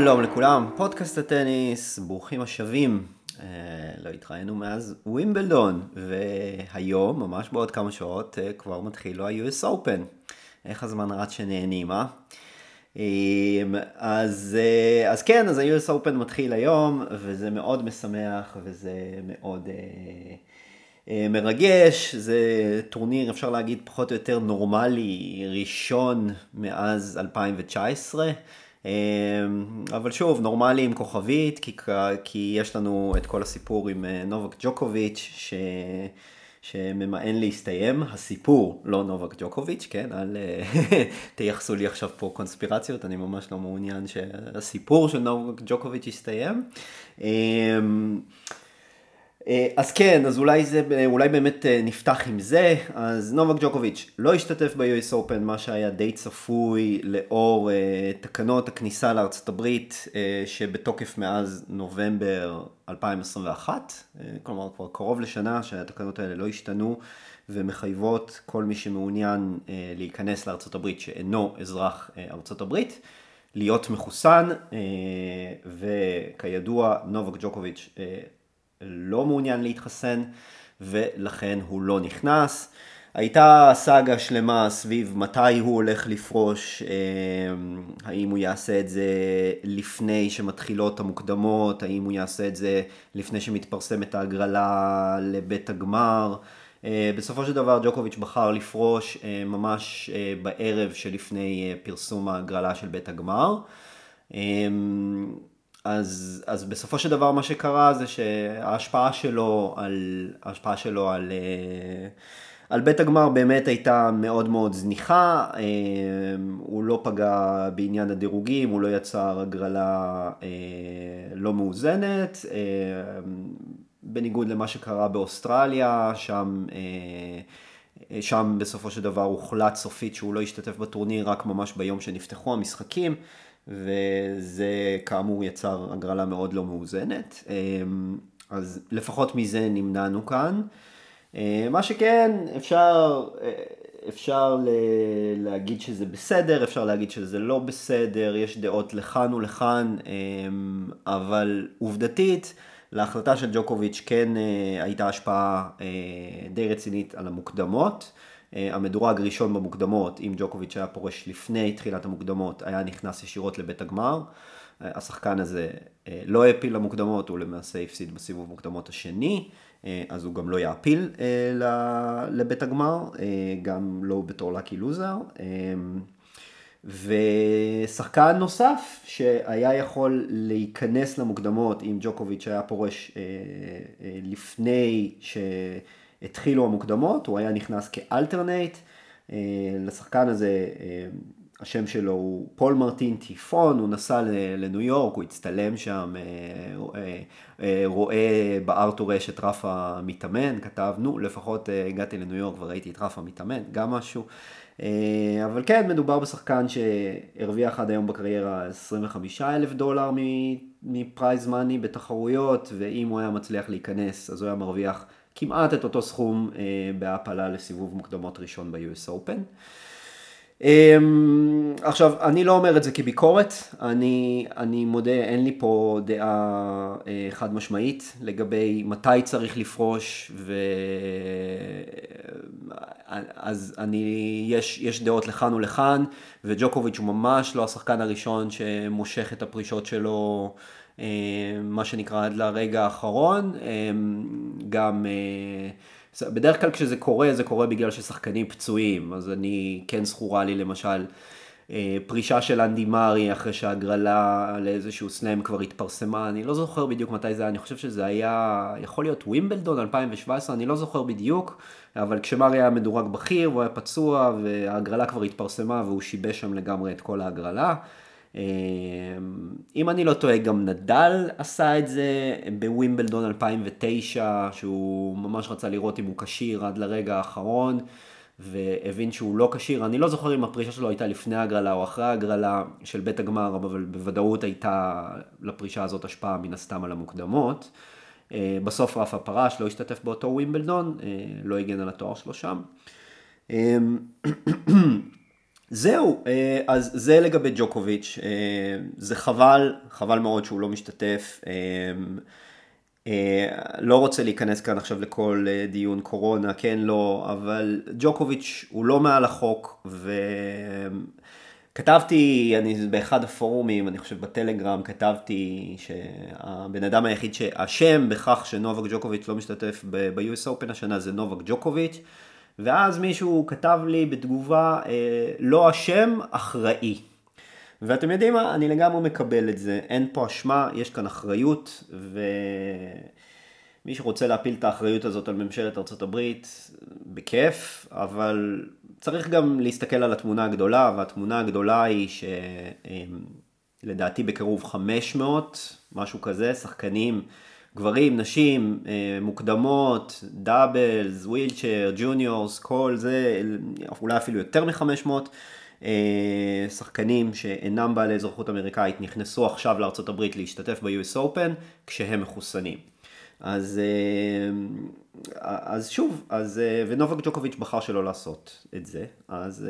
שלום לכולם, פודקאסט הטניס, ברוכים השבים. לא התראינו מאז ווימבלדון, והיום, ממש בעוד כמה שעות, כבר מתחיל לו ה-US Open. איך הזמן רץ שנהנים, אה? אז כן, אז ה-US Open מתחיל היום, וזה מאוד משמח, וזה מאוד מרגש. זה טורניר, אפשר להגיד, פחות או יותר נורמלי, ראשון מאז 2019. אבל שוב, נורמלי עם כוכבית, כי יש לנו את כל הסיפור עם נובק ג'וקוביץ' שממאן להסתיים. הסיפור, לא נובק ג'וקוביץ', כן? תייחסו לי עכשיו פה קונספירציות, אני ממש לא מעוניין שהסיפור של נובק ג'וקוביץ' יסתיים. אז כן, אז אולי באמת נפתח עם זה. אז נובק ג'וקוביץ' לא השתתף ב-US Open, מה שהיה די צפוי לאור תקנות הכניסה לארצות הברית שבתוקף מאז נובמבר 2021, כלומר כבר קרוב לשנה שהתקנות האלה לא השתנו ומחייבות כל מי שמעוניין להיכנס לארצות הברית שאינו אזרח ארצות הברית להיות מחוסן, וכידוע נובק ג'וקוביץ' לא מעוניין להתחסן, ולכן הוא לא נכנס. הייתה סאגה שלמה סביב מתי הוא הולך לפרוש, האם הוא יעשה את זה לפני שמתחילות המוקדמות, האם הוא יעשה את זה לפני שמתפרסמת ההגרלה לבית הגמר. בסופו של דבר ג'וקוביץ' בחר לפרוש ממש בערב שלפני פרסום ההגרלה של בית הגמר. אז בסופו של דבר מה שקרה זה שההשפעה שלו על בית הגמר באמת הייתה מאוד מאוד זניחה. הוא לא פגע בעניין הדירוגים, הוא לא יצר הגרלה לא מאוזנת, בניגוד למה שקרה באוסטרליה, שם בסופו של דבר הוחלט סופית שהוא לא ישתתף בטורניר רק ממש ביום שנפתחו המשחקים, וזה כאמור יצר הגרלה מאוד לא מאוזנת. אז לפחות מזה נמנענו כאן. מה שכן, אפשר להגיד שזה בסדר, אפשר להגיד שזה לא בסדר, יש דעות לכאן ולכאן, אבל עובדתית, להחלטה של ג'וקוביץ' כן הייתה השפעה די רצינית על המוקדמות. המדורג ראשון במוקדמות, אם ג'וקוביץ' היה פורש לפני תחילת המוקדמות, היה נכנס ישירות לבית הגמר. השחקן הזה לא העפיל למוקדמות, הוא למעשה הפסיד בסיבוב מוקדמות השני, אז הוא גם לא יעפיל לבית הגמר, גם לא בתור לקי לוזר. ושחקן נוסף שהיה יכול להיכנס למוקדמות אם ג'וקוביץ' היה פורש לפני שהתחילו המוקדמות, הוא היה נכנס כאלטרנט. לשחקן הזה, השם שלו הוא פול מרטין טיפון, הוא נסע לניו יורק, הוא הצטלם שם, רואה בארטור את רפה מתאמן, כתב, לפחות הגעתי לניו יורק וראיתי את רפה מתאמן, גם משהו. אבל כן, מדובר בשחקן שהרוויח עד היום בקריירה $25,000 מפרייז מאני בתחרויות, ואם הוא היה מצליח להיכנס, אז הוא היה מרוויח כמעט את אותו סכום בהעפלה לסיבוב מוקדמות ראשון ב-US Open. עכשיו, אני לא אומר את זה כביקורת, אני מודה, אין לי פה דעה חד משמעית לגבי מתי צריך לפרוש, אז יש דעות לכאן ולכאן, וג'וקוביץ' הוא ממש לא השחקן הראשון שמושך את הפרישות שלו, מה שנקרא עד לרגע האחרון. גם בדרך כלל כשזה קורה, זה קורה בגלל ששחקנים פצועים, אז אני כן זכורה לי למשל פרישה של אנדי מארי אחרי שהגרלה לאיזשהו סלאם כבר התפרסמה, אני לא זוכר בדיוק מתי זה היה, אני חושב שזה היה, יכול להיות ווימבלדון 2017, אני לא זוכר בדיוק, אבל כשמארי היה מדורג בכיר והוא היה פצוע והגרלה כבר התפרסמה והוא שיבש שם לגמרי את כל ההגרלה. אם אני לא טועה, גם נדל עשה את זה בווימבלדון 2009, שהוא ממש רצה לראות אם הוא קשיר עד לרגע האחרון, והבין שהוא לא קשיר. אני לא זוכר אם הפרישה שלו הייתה לפני ההגרלה או אחרי ההגרלה של בית הגמר, אבל בוודאות הייתה לפרישה הזאת השפעה מן הסתם על המוקדמות. בסוף רפה פרש, לא השתתף באותו ווימבלדון, לא הגן על התואר שלו שם. זהו, אז זה לגבי ג'וקוביץ', זה חבל, חבל מאוד שהוא לא משתתף. לא רוצה להיכנס כאן עכשיו לכל דיון קורונה, כן, לא, אבל ג'וקוביץ' הוא לא מעל החוק, וכתבתי, אני באחד הפורומים, אני חושב בטלגרם, כתבתי שהבן אדם היחיד שאשם בכך שנובק ג'וקוביץ' לא משתתף ב-US Open השנה זה נובק ג'וקוביץ', ואז מישהו כתב לי בתגובה, לא אשם, אחראי. ואתם יודעים מה? אני לגמרי מקבל את זה. אין פה אשמה, יש כאן אחריות, ומי שרוצה להפיל את האחריות הזאת על ממשלת ארצות הברית, בכיף, אבל צריך גם להסתכל על התמונה הגדולה, והתמונה הגדולה היא שלדעתי בקירוב 500, משהו כזה, שחקנים, גברים, נשים, מוקדמות, דאבלס, ווילצ'ר, ג'וניורס, כל זה, אולי אפילו יותר מ-500, שחקנים שאינם בעלי אזרחות אמריקאית נכנסו עכשיו לארצות הברית להשתתף ב-US Open כשהם מחוסנים. אז שוב, ונובק ג'וקוביץ' בחר שלא לעשות את זה, אז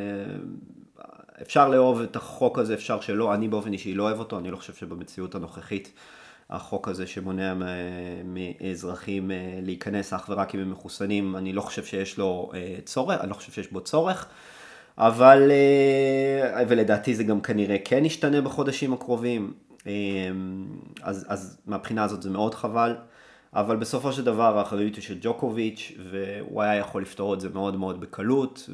אפשר לאהוב את החוק הזה, אפשר שלא, אני באופן אישי לא אוהב אותו, אני לא חושב שבמציאות הנוכחית החוק הזה שמונע מאזרחים להיכנס אך ורק אם הם מחוסנים, אני לא חושב שיש לו צורך, אני לא חושב שיש בו צורך, אבל, ולדעתי זה גם כנראה כן ישתנה בחודשים הקרובים, אז מהבחינה הזאת זה מאוד חבל, אבל בסופו של דבר האחריות היא של ג'וקוביץ' והוא היה יכול לפתור את זה מאוד מאוד בקלות,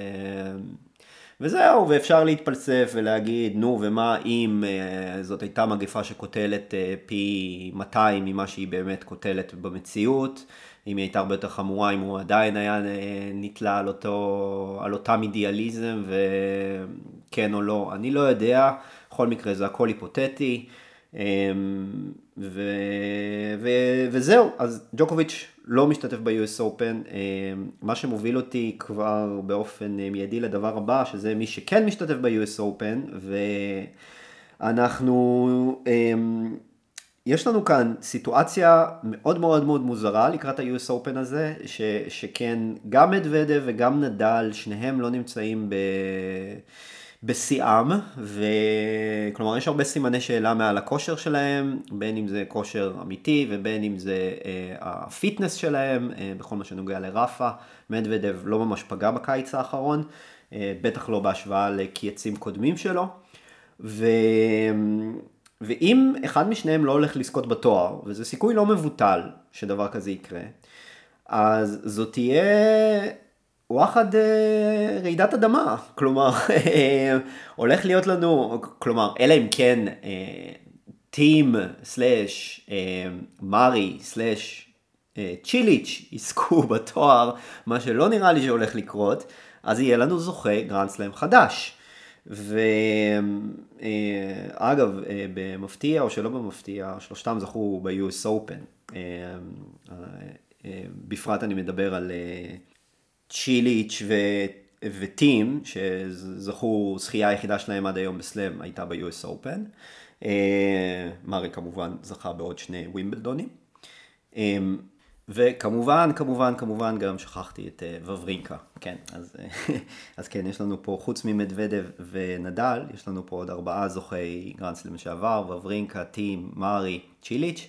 וזהו, ואפשר להתפלסף ולהגיד, נו, ומה אם זאת הייתה מגפה שקוטלת פי 200 ממה שהיא באמת קוטלת במציאות, אם היא הייתה הרבה יותר חמורה, אם הוא עדיין היה נתלה על אותם אידיאליזם, וכן או לא, אני לא יודע, בכל מקרה זה הכל היפותטי, וזהו, אז ג'וקוביץ' לא משתתף ב-US Open, מה שמוביל אותי כבר באופן מיידי לדבר הבא, שזה מי שכן משתתף ב-US Open, ואנחנו, יש לנו כאן סיטואציה מאוד מאוד מאוד מוזרה לקראת ה-US Open הזה, שכן גם מדוודב וגם נדל, שניהם לא נמצאים בשיאם, וכלומר יש הרבה סימני שאלה מעל הכושר שלהם, בין אם זה כושר אמיתי ובין אם זה הפיטנס שלהם, בכל מה שנוגע לרפה. מדוודב לא ממש פגע בקיץ האחרון, בטח לא בהשוואה לקייצים קודמים שלו, ואם אחד משניהם לא הולך לזכות בתואר, וזה סיכוי לא מבוטל שדבר כזה יקרה, אז זאת תהיה וואחד רעידת אדמה, כלומר, הולך להיות לנו, כלומר, אלא אם כן, טים סלש מרי סלש צ'יליץ' יזכו בתואר, מה שלא נראה לי שהולך לקרות, אז יהיה לנו זוכה גרנד סלאם חדש. ואגב, במפתיע או שלא במפתיע, שלושתם זכו ב-US Open. בפרט אני מדבר על צ'יליץ' וטים, שזכו, זכייה היחידה שלהם עד היום בסלאם הייתה ב-US Open. מרי כמובן זכה בעוד 2 ווימבלדונים. וכמובן, כמובן גם שכחתי את וברינקה, כן, אז כן, יש לנו פה, חוץ ממדוודב ונדל, יש לנו פה עוד 4 זוכי גרנד סלאם לשעבר, וברינקה, טים, מרי, צ'יליץ',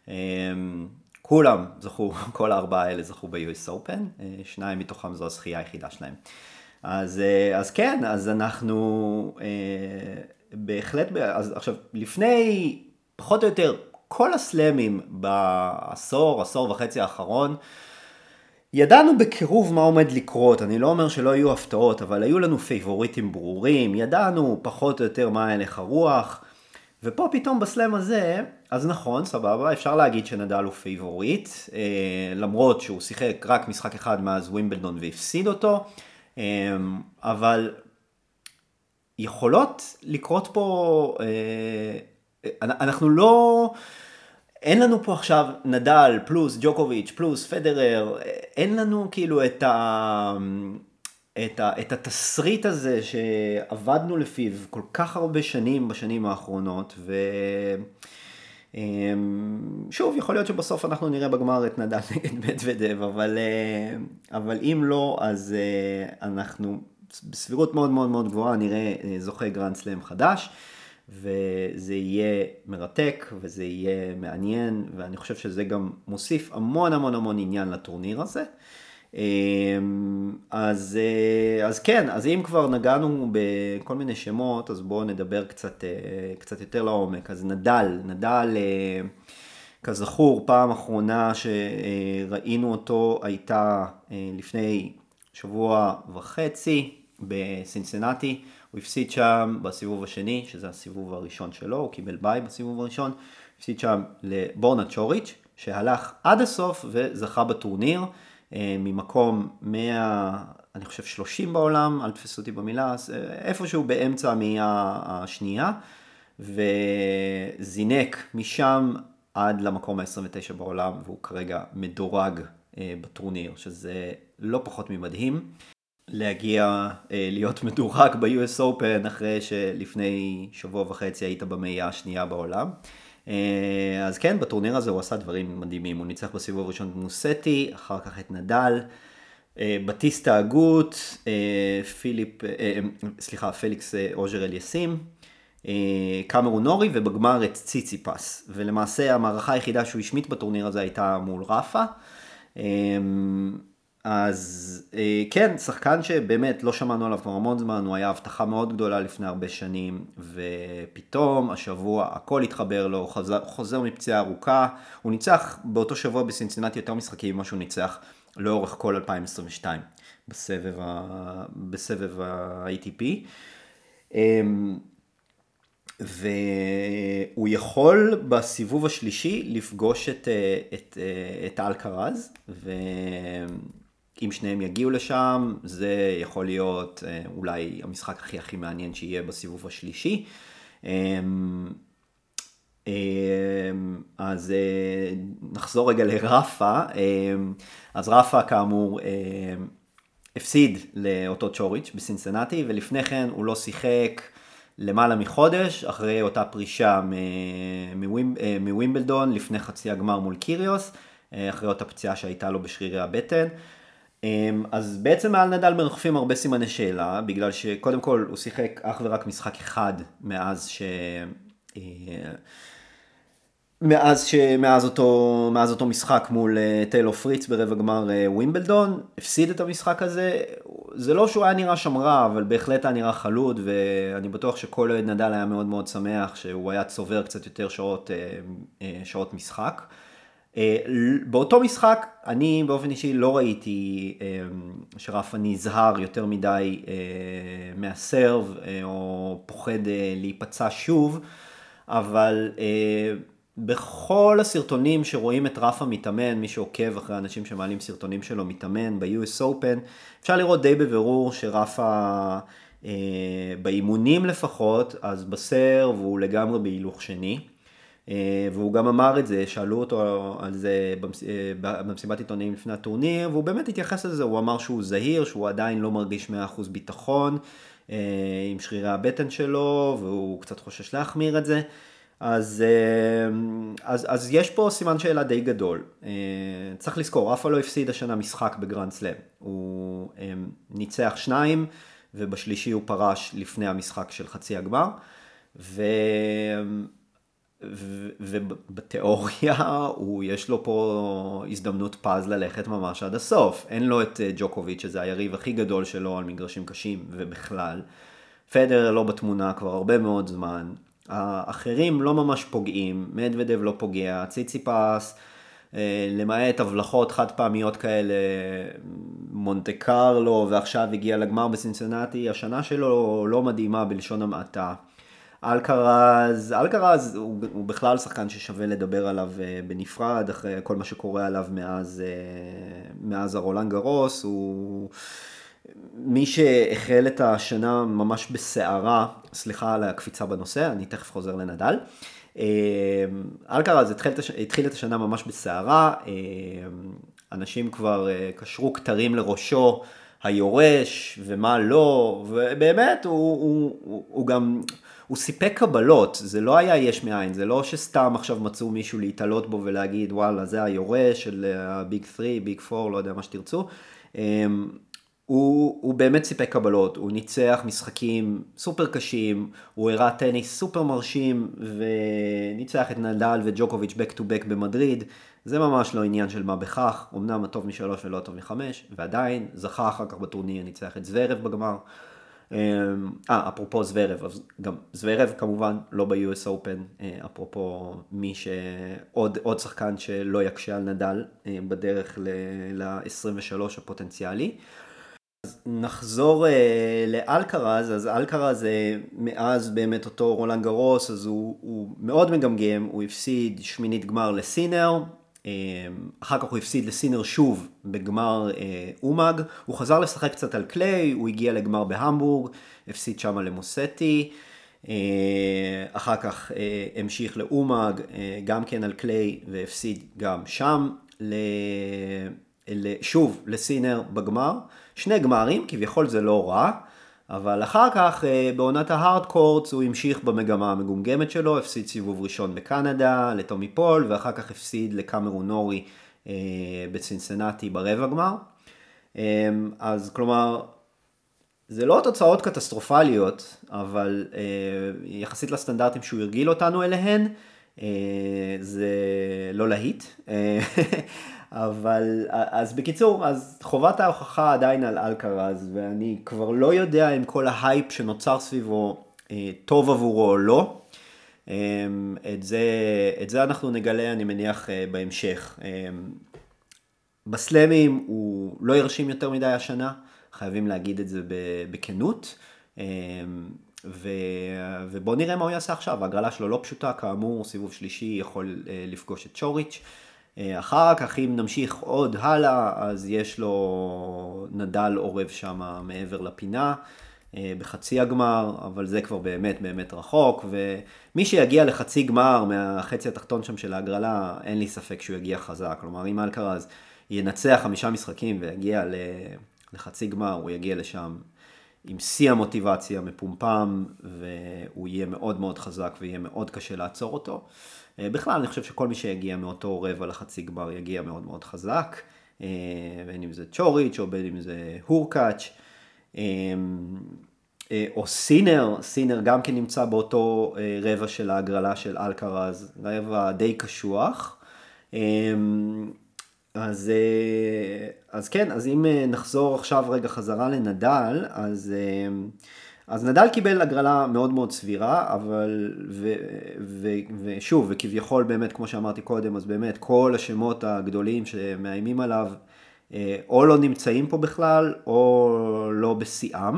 כולם זכו, כל 4 האלה זכו ב-US Open, 2 מתוכם זו הזכייה היחידה שלהם. אז כן, אז אנחנו בהחלט, אז עכשיו, לפני פחות או יותר, כל הסלאמים בעשור, עשור וחצי האחרון, ידענו בקירוב מה עומד לקרות, אני לא אומר שלא היו הפתעות, אבל היו לנו פייבוריטים ברורים, ידענו פחות או יותר מה הלך הרוח, ופה פתאום בסלאם הזה, אז נכון, סבבה, אפשר להגיד שנדל הוא פייבוריט, למרות שהוא שיחק רק משחק אחד מאז ווימבלדון והפסיד אותו, אבל יכולות לקרות פה, אנחנו לא, אין לנו פה עכשיו נדל פלוס ג'וקוביץ' פלוס פדרר, אין לנו כאילו את התסריט הזה שעבדנו לפיו כל כך הרבה שנים בשנים האחרונות, ושוב, יכול להיות שבסוף אנחנו נראה בגמר את נדל נגד מדוודב, אבל אם לא, אז אנחנו בסבירות מאוד מאוד מאוד גבוהה נראה זוכה גרנד סלאם חדש, וזה יהיה מרתק וזה יהיה מעניין, ואני חושב שזה גם מוסיף המון המון המון עניין לטורניר הזה. אז כן, אז אם כבר נגענו בכל מיני שמות, אז בואו נדבר קצת יותר לעומק. אז נדל, כזכור, פעם אחרונה שראינו אותו הייתה לפני שבוע וחצי בסינסינטי. הוא הפסיד שם בסיבוב השני, שזה הסיבוב הראשון שלו, הוא קיבל ביי בסיבוב הראשון, הפסיד שם לבורנה צ'וריץ', שהלך עד הסוף וזכה בטורניר, ממקום 100, אני חושב 30 בעולם, אל תפסו אותי במילה, איפשהו באמצע השנייה, וזינק משם עד למקום ה-29 בעולם, והוא כרגע מדורג בטורניר, שזה לא פחות ממדהים. להגיע להיות מדורג ב-US Open אחרי שלפני שבוע וחצי היית במאייה השנייה בעולם. אז כן, בטורניר הזה הוא עשה דברים מדהימים. הוא ניצח בסיבוב הראשון את מוסטי, אחר כך את נדל, בטיסטה אגוט, פליקס אוז'ר אליאסים, קמרון נורי, ובגמר את ציציפס. ולמעשה המערכה היחידה שהוא השמיט בטורניר הזה הייתה מול רפה. אז כן, שחקן שבאמת לא שמענו עליו כבר המון זמן, הוא היה הבטחה מאוד גדולה לפני הרבה שנים, ופתאום השבוע הכל התחבר לו, חוזר מפציעה ארוכה, הוא ניצח באותו שבוע בסינסינטי יותר משחקים ממה שהוא ניצח לאורך כל 2022, בסבב ה-ATP, והוא יכול בסיבוב השלישי לפגוש את אלקרז, אם שניהם יגיעו לשם, זה יכול להיות אולי המשחק הכי מעניין שיהיה בסיבוב השלישי. אז נחזור רגע לרפה. אז רפה כאמור הפסיד לאותו צ'וריץ' בסינסינטי, ולפני כן הוא לא שיחק למעלה מחודש, אחרי אותה פרישה מווימבלדון, לפני חצי הגמר מול קיריוס, אחרי אותה פציעה שהייתה לו בשרירי הבטן. אז בעצם מעל נדל מרחפים הרבה סימני שאלה, בגלל שקודם כל הוא שיחק אך ורק משחק אחד מאז אותו משחק מול טיילור פריץ ברבע גמר ווימבלדון, הפסיד את המשחק הזה. זה לא שהוא היה נראה שם רע, אבל בהחלט היה נראה חלוד, ואני בטוח שכל אוהד נדל היה מאוד מאוד שמח שהוא היה צובר קצת יותר שעות משחק. באותו משחק אני באופן אישי לא ראיתי שרפה נזהר יותר מדי מהסרב או פוחד להיפצע שוב, אבל בכל הסרטונים שרואים את רפה מתאמן, מי שעוקב אחרי אנשים שמעלים סרטונים שלו מתאמן ב-US Open, אפשר לראות די בבירור שרפה באימונים לפחות, אז בסרב הוא לגמרי בהילוך שני. והוא גם אמר את זה, שאלו אותו על זה במסיבת עיתונאים לפני הטורניר, והוא באמת התייחס לזה, הוא אמר שהוא זהיר, שהוא עדיין לא מרגיש 100% ביטחון עם שרירי הבטן שלו, והוא קצת חושש להחמיר את זה. אז יש פה סימן שאלה די גדול. צריך לזכור, רפה לא הפסיד השנה משחק בגרנד סלאם. הוא ניצח 2, ובשלישי הוא פרש לפני המשחק של חצי הגמר, ובתיאוריה יש לו פה הזדמנות פז ללכת ממש עד הסוף. אין לו את ג'וקוביץ' שזה היריב הכי גדול שלו על מגרשים קשים ובכלל. פדרר לא בתמונה כבר הרבה מאוד זמן. האחרים לא ממש פוגעים, מדוודב לא פוגע, ציציפס, למעט הבלחות חד פעמיות כאלה, מונטה קרלו, ועכשיו הגיע לגמר בסינסינטי, השנה שלו לא מדהימה בלשון המעטה. אלקרז הוא בכלל שחקן ששווה לדבר עליו בנפרד, אחרי כל מה שקורה עליו מאז הרולנד גרוס. הוא מי שהחל את השנה ממש בסערה, סליחה על הקפיצה בנושא, אני תכף חוזר לנדל. אלקרז התחיל את השנה ממש בסערה, אנשים כבר קשרו כתרים לראשו, היורש ומה לא, ובאמת הוא גם... הוא סיפק קבלות, זה לא היה יש מאין, זה לא שסתם עכשיו מצאו מישהו להתעלות בו ולהגיד וואלה זה היורש של הביג 3, ביג 4, לא יודע מה שתרצו. הוא באמת סיפק קבלות, הוא ניצח משחקים סופר קשים, הוא הראה טניס סופר מרשים, וניצח את נדל וג'וקוביץ' בק טו בק במדריד. זה ממש לא עניין של מה בכך, אמנם הטוב משלוש ולא הטוב מחמש, ועדיין זכה אחר כך בטורניר, ניצח את זוורב בגמר. אפרופו זוורב, גם זוורב כמובן לא ב-US Open, אפרופו עוד שחקן שלא יקשה על נדל בדרך ל-23 הפוטנציאלי. נחזור לאלקרז, אז אלקרז מאז באמת אותו רולנד גרוס, אז הוא מאוד מגמגם, הוא הפסיד שמינית גמר לסינר, אחר כך הוא הפסיד לסינר שוב בגמר אומאג, הוא חזר לשחק קצת על קליי, הוא הגיע לגמר בהמבורג, הפסיד שם למוסטי, אחר כך המשיך לאומאג, גם כן על קליי, והפסיד גם שם, שוב לסינר בגמר, שני גמרים, כביכול זה לא רע, אבל אחר כך בעונת ההארדקורטס הוא המשיך במגמה המגומגמת שלו, הפסיד סיבוב ראשון בקנדה לטומי פול, ואחר כך הפסיד לקמרון נורי בצינסנטי ברבע גמר. אז כלומר, זה לא תוצאות קטסטרופליות, אבל יחסית לסטנדרטים שהוא הרגיל אותנו אליהן, זה לא להיט. אבל, אז בקיצור, אז חובת ההוכחה עדיין על אלקרז, ואני כבר לא יודע אם כל ההייפ שנוצר סביבו טוב עבורו או לא. את זה אנחנו נגלה, אני מניח, בהמשך. בסלמים הוא לא ירשים יותר מדי השנה, חייבים להגיד את זה בכנות. ובוא נראה מה הוא יעשה עכשיו. ההגרלה שלו לא פשוטה, כאמור, סיבוב שלישי יכול לפגוש את צ'וריץ'. אחר כך אם נמשיך עוד הלאה, אז יש לו נדל עורב שם מעבר לפינה בחצי הגמר, אבל זה כבר באמת באמת רחוק, ומי שיגיע לחצי גמר מהחצי התחתון שם של ההגרלה, אין לי ספק שהוא יגיע חזק. כלומר, אם אלקרז ינצח 5 משחקים ויגיע לחצי גמר, הוא יגיע לשם עם שיא המוטיבציה מפומפם, והוא יהיה מאוד מאוד חזק ויהיה מאוד קשה לעצור אותו. בכלל אני חושב שכל מי שיגיע מאותו רבע לחצי גמר יגיע מאוד מאוד חזק, בין אם זה צ'וריץ' או בין אם זה הורקאץ', או סינר גם כן נמצא באותו רבע של ההגרלה של אלקרז, רבע די קשוח. אז כן, אז אם נחזור עכשיו רגע חזרה לנדל, אז נדל קיבל הגרלה מאוד מאוד סבירה, אבל, ושוב, וכביכול באמת, כמו שאמרתי קודם, אז באמת כל השמות הגדולים שמאיימים עליו, או לא נמצאים פה בכלל, או לא בשיאם,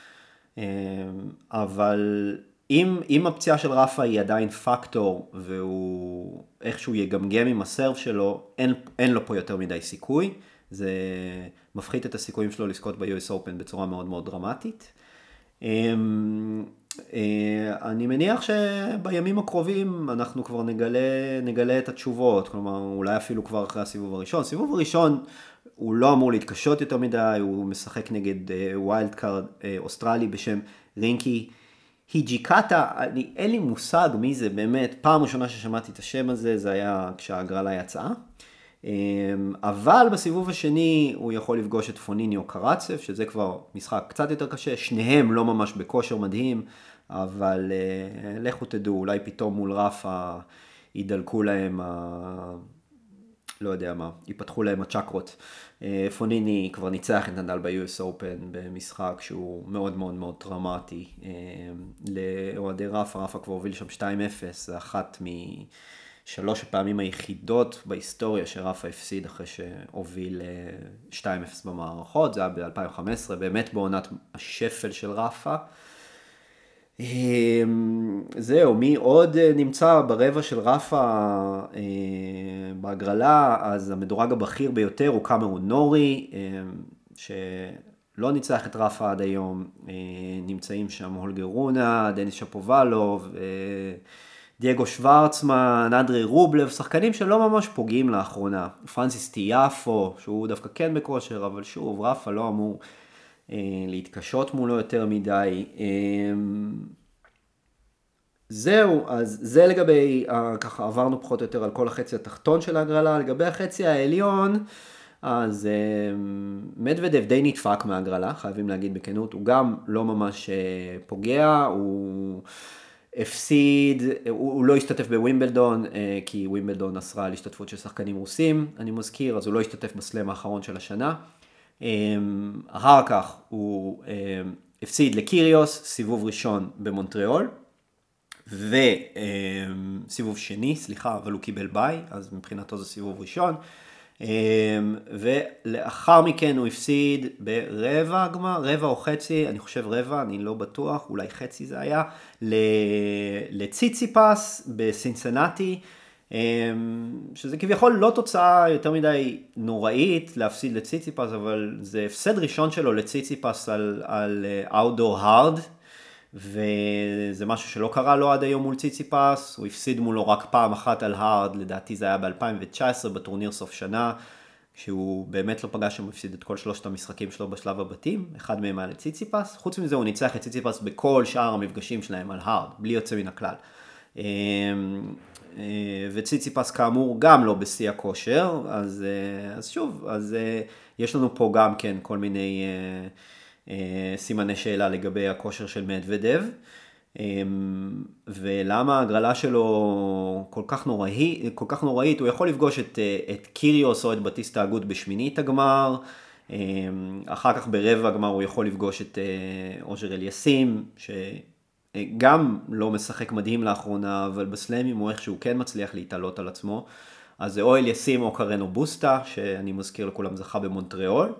אבל אם הפציעה של רפה היא עדיין פקטור, והוא איכשהו יגמגם עם הסרב שלו, אין לו פה יותר מדי סיכוי, זה מפחית את הסיכויים שלו לזכות ב-US Open בצורה מאוד מאוד דרמטית. אני מניח שבימים הקרובים אנחנו כבר נגלה את התשובות, כלומר אולי אפילו כבר אחרי הסיבוב הראשון. סיבוב הראשון הוא לא אמור להתקשות יותר מדי, הוא משחק נגד ווילד קארד אוסטרלי בשם רינקי היג'יקטה, אין לי מושג מי זה באמת, פעם ראשונה ששמעתי את השם הזה, זה היה כשההגרלה יצאה. אבל בסיבוב השני הוא יכול לפגוש את פוניניו קרצב, שזה כבר משחק קצת יותר קשה, שניהם לא ממש בכושר מדהים, אבל לכו תדעו, אולי פתאום מול רפה ידלקו להם, לא יודע מה, ייפתחו להם הצ'קרות. פוניני כבר ניצח את נדל ב-US Open במשחק שהוא מאוד מאוד מאוד דרמטי לאוהדי רפה, רפה כבר הוביל שם 2-0, זה אחת משלוש הפעמים היחידות בהיסטוריה שרפה הפסיד אחרי שהוביל 2-0 במערכות, זה היה ב-2015, באמת בעונת השפל של רפה. זהו, מי עוד נמצא ברבע של רפה בהגרלה, אז המדורג הבכיר ביותר הוא קמרון נורי, שלא ניצח את רפה עד היום, נמצאים שם הולגר רונה, דניס שפובלוב, דייגו שוורצמן, אנדרי רובלב, שחקנים שלא ממש פוגעים לאחרונה, פרנסיס טיאפו, שהוא דווקא כן בכושר, אבל שוב, רפה לא אמור להתקשות מולו יותר מדי. זהו, אז זה לגבי, ככה עברנו פחות או יותר על כל החצי התחתון של ההגרלה, לגבי החצי העליון, אז מדוודב די נדפק מהגרלה, חייבים להגיד בכנות, הוא גם לא ממש פוגע, הוא הפסיד, הוא לא השתתף בווימבלדון, כי ווימבלדון אסרה על השתתפות של שחקנים רוסים, אני מזכיר, אז הוא לא השתתף בסלאם האחרון של השנה. אחר כך הוא הפסיד לקיריוס, סיבוב ראשון במונטריאול, וסיבוב שני, סליחה, אבל הוא קיבל ביי, אז מבחינתו זה סיבוב ראשון. ולאחר מכן הוא הפסיד ברבע הגמר, רבע או חצי, אני חושב רבע, אני לא בטוח, אולי חצי זה היה, לציציפס בסינסנטי, שזה כביכול לא תוצאה יותר מדי נוראית להפסיד לציציפס, אבל זה הפסד ראשון שלו לציציפס על Outdoor Hard, וזה משהו שלא קרה לו עד היום מול ציציפס, הוא הפסיד מולו רק פעם אחת על הארד, לדעתי זה היה ב-2019 בטורניר סוף שנה, שהוא באמת לא פגש שם, הפסיד את כל שלושת המשחקים שלו בשלב הבתים, אחד מהם היה לציציפס, חוץ מזה הוא ניצח את ציציפס בכל שאר המפגשים שלהם על הארד, בלי יוצא מן הכלל. וציציפס כאמור גם לא בשיא הכושר, אז שוב, יש לנו פה גם כן כל מיני סימני שאלה לגבי הכושר של מדוודב, ולמה הגרלה שלו כל כך נוראית, הוא יכול לפגוש את קיריוס או את בטיסטה אגוד בשמינית הגמר, אחר כך ברבע הגמר הוא יכול לפגוש את אוז'ר אליאסים, שגם לא משחק מדהים לאחרונה, אבל בסלאמים הוא איכשהו כן מצליח להתעלות על עצמו, אז זה או אליאסים או קרנו בוסטה, שאני מזכיר לכולם זכה במונטריאול,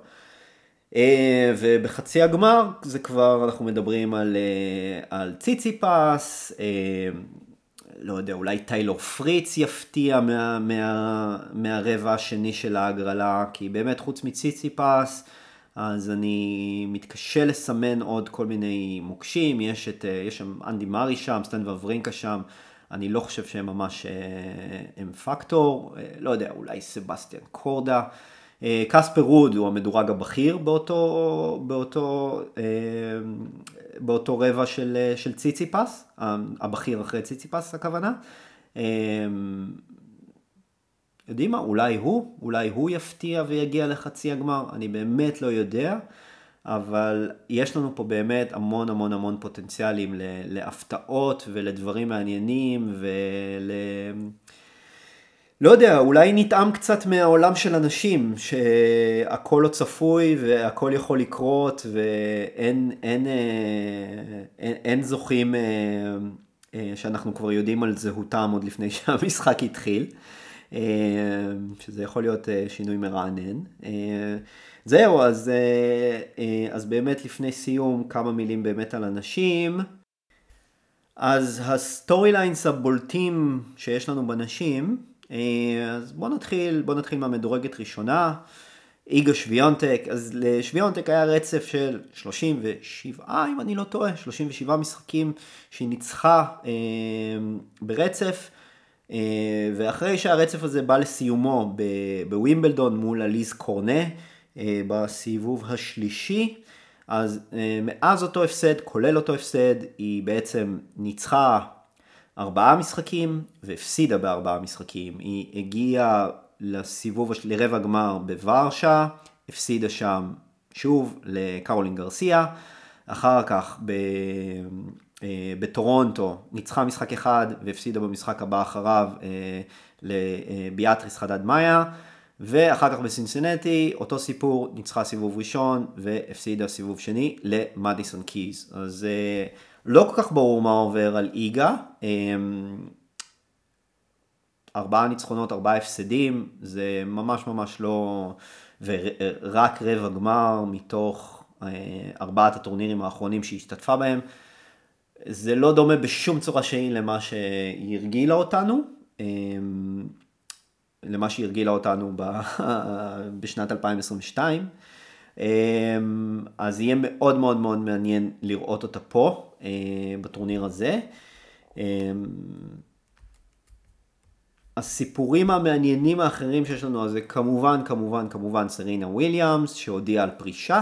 ובחצי הגמר זה כבר אנחנו מדברים על ציציפס, לא יודע, אולי טיילור פריץ יפתיע מהרבע השני של ההגרלה, כי באמת חוץ מציציפס, אז אני מתקשה לסמן עוד כל מיני מוקשים, יש שם אנדי מארי שם, סטן וברינקה שם, אני לא חושב שהם ממש הם פקטור, לא יודע, אולי סבסטיאן קורדה, קספר רוד הוא המדורג הבכיר באותו רבע של ציציפס, הבכיר אחרי ציציפס הכוונה. יודעים מה? אולי הוא יפתיע ויגיע לחצי הגמר, אני באמת לא יודע, אבל יש לנו פה באמת המון המון המון פוטנציאלים להפתעות ולדברים מעניינים לא יודע, אולי נטעם קצת מהעולם של אנשים, שהכל לא צפוי והכל יכול לקרות, ואין זוכים שאנחנו כבר יודעים על זהותם עוד לפני שהמשחק התחיל, שזה יכול להיות שינוי מרענן. זהו, אז באמת לפני סיום כמה מילים באמת על אנשים. אז הסטורי ליינס הבולטים שיש לנו בנשים, אז בוא נתחיל מהמדורגת ראשונה, איגה שוויונטק. אז לשוויונטק היה רצף של 37, אם אני לא טועה, 37 משחקים שהיא ניצחה ברצף, ואחרי שהרצף הזה בא לסיומו בווימבלדון מול אליז קורנה בסיבוב השלישי, אז מאז אותו הפסד, כולל אותו הפסד, היא בעצם ניצחה 4 משחקים והפסידה ב4 משחקים. היא הגיעה לרבע גמר בוורשה, הפסידה שם שוב לקרולין גרסיה, אחר כך בטורונטו ניצחה משחק אחד והפסידה במשחק הבא אחריו לביאטריס חדד מאיה, ואחר כך בסינסינטי אותו סיפור, ניצחה סיבוב ראשון והפסידה סיבוב שני למדיסון קיז. אז לא כל כך ברור מה עובר על איגה, 4 ניצחונות, 4 הפסדים, זה ממש לא, ורק רבע גמר מתוך 4 הטורנירים האחרונים שהיא השתתפה בהם, זה לא דומה בשום צורה שהיא למה שהיא הרגילה אותנו, בשנת 2022, אז יהיה מאוד מאוד מאוד מעניין לראות אותה פה, בטורניר הזה. הסיפורים המעניינים האחרים שיש לנו, אז זה כמובן סרינה וויליאמס, שהודיעה על פרישה.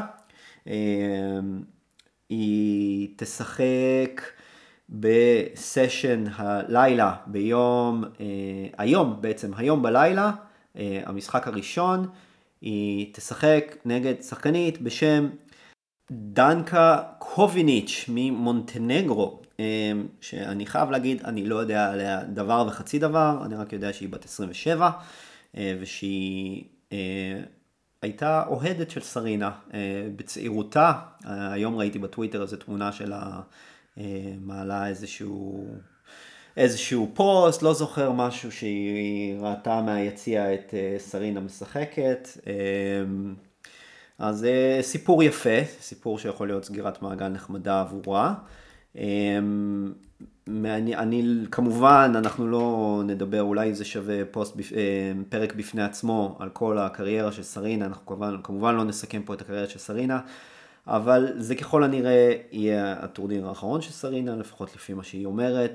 היא תשחק בסשן הלילה היום בלילה, המשחק הראשון, היא תשחק נגד שחקנית בשם דנקה קוביניץ' ממונטנגרו, שאני חייב להגיד, אני לא יודע עליה דבר וחצי דבר, אני רק יודע שהיא בת 27, ושהיא הייתה אוהדת של סרינה בצעירותה. היום ראיתי בטוויטר איזו תמונה שלה, מעלה איזשהו פוסט, לא זוכר, משהו שהיא ראתה מהיציע את סרינה משחקת. אז זה סיפור יפה, סיפור שיכול להיות סגירת מעגל נחמדה עבורה. כמובן, אנחנו לא נדבר, אולי זה שווה פרק בפני עצמו על כל הקריירה של סרינה, אנחנו כמובן לא נסכם פה את הקריירה של סרינה, אבל זה ככל הנראה יהיה הטורניר האחרון של סרינה, לפחות לפי מה שהיא אומרת,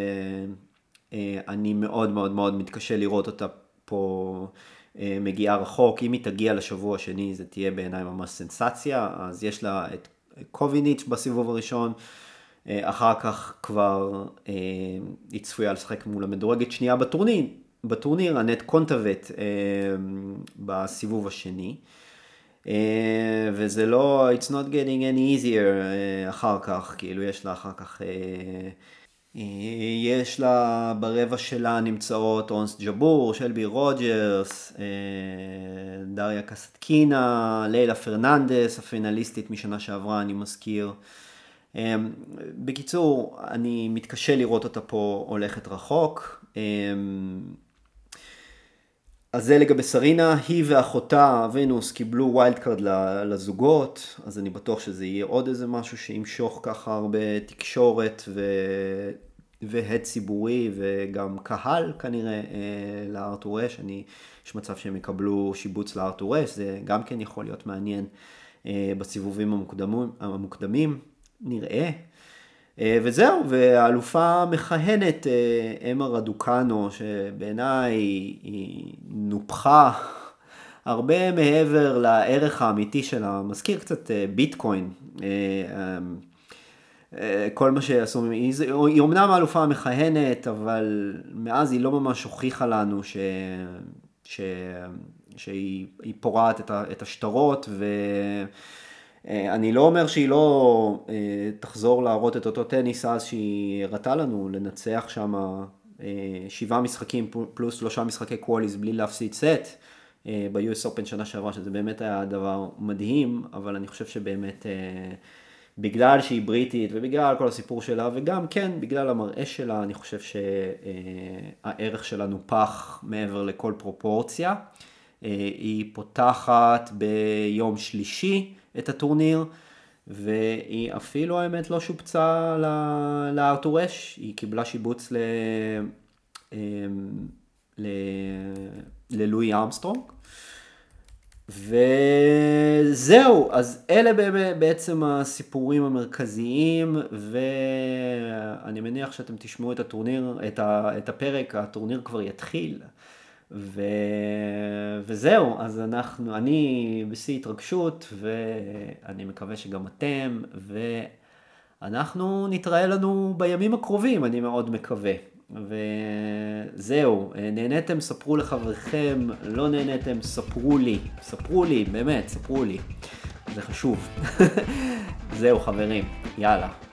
ואני מאוד מאוד מאוד מתקשה לראות אותה פה מגיעה רחוק. אם היא תגיע לשבוע השני, זה תהיה בעיניי ממש סנסציה. אז יש לה את קוביניץ' בסיבוב הראשון, אחר כך כבר היא צפויה לשחק מול המדורגת שנייה בטורניר, אנט קונטוות בסיבוב השני. וזה לא, it's not getting any easier אחר כך, כאילו יש לה אחר כך, יש לה ברבע שלה נמצאות אונס ג'בור, שלבי רוג'רס, דריה קסטקינה, לילה פרננדס, הפינליסטית משנה שעברה, אני מזכיר. בקיצור, אני מתקשה לראות אותה פה הולכת רחוק. אז זה לגבי סרינה, היא ואחותה ונוס קיבלו ווילד קארד לזוגות, אז אני בטוח שזה יהיה עוד איזה משהו שימשוך ככה הרבה תקשורת והד ציבורי וגם קהל כנראה לארתור אש. יש מצב שהם יקבלו שיבוץ לארתור אש, זה גם כן יכול להיות מעניין בסיבובים המוקדמים, נראה. וזהו, והאלופה מכהנת אמה רדוקנו, שבעיניי היא נופחה הרבה מעבר לערך האמיתי שלה, מזכיר קצת ביטקוין, כל מה שעשו, היא אומנם האלופה מכהנת, אבל מאז היא לא ממש הוכיחה לנו שהיא פורעת את השטרות, אני לא אומר שהיא לא תחזור להראות את אותו טניס אז שהיא הראתה לנו לנצח שם 7 משחקים פלוס 3 משחקי קווליז בלי להפסיד סט ב-US Open שנה שעברה, שזה באמת היה דבר מדהים, אבל אני חושב שבאמת בגלל שהיא בריטית ובגלל כל הסיפור שלה וגם כן בגלל המראה שלה, אני חושב שהערך שלה נופח מעבר לכל פרופורציה. היא פותחת ביום שלישי את הטורניר, והיא אפילו האמת לא שובצה לארתור אש, היא קיבלה שיבוץ ללואי ארמסטרונג, וזהו. אז אלה בעצם הסיפורים המרכזיים, ואני מניח שאתם תשמעו את הטורניר, את הפרק, הטורניר כבר יתחיל, וזהו. אז אני בשיא התרגשות, ואני מקווה שגם אתם, ואנחנו נתראה לנו בימים הקרובים, אני מאוד מקווה. וזהו, נהניתם, ספרו לחבריכם, לא נהניתם, ספרו לי, באמת, ספרו לי, זה חשוב. זהו חברים, יאללה.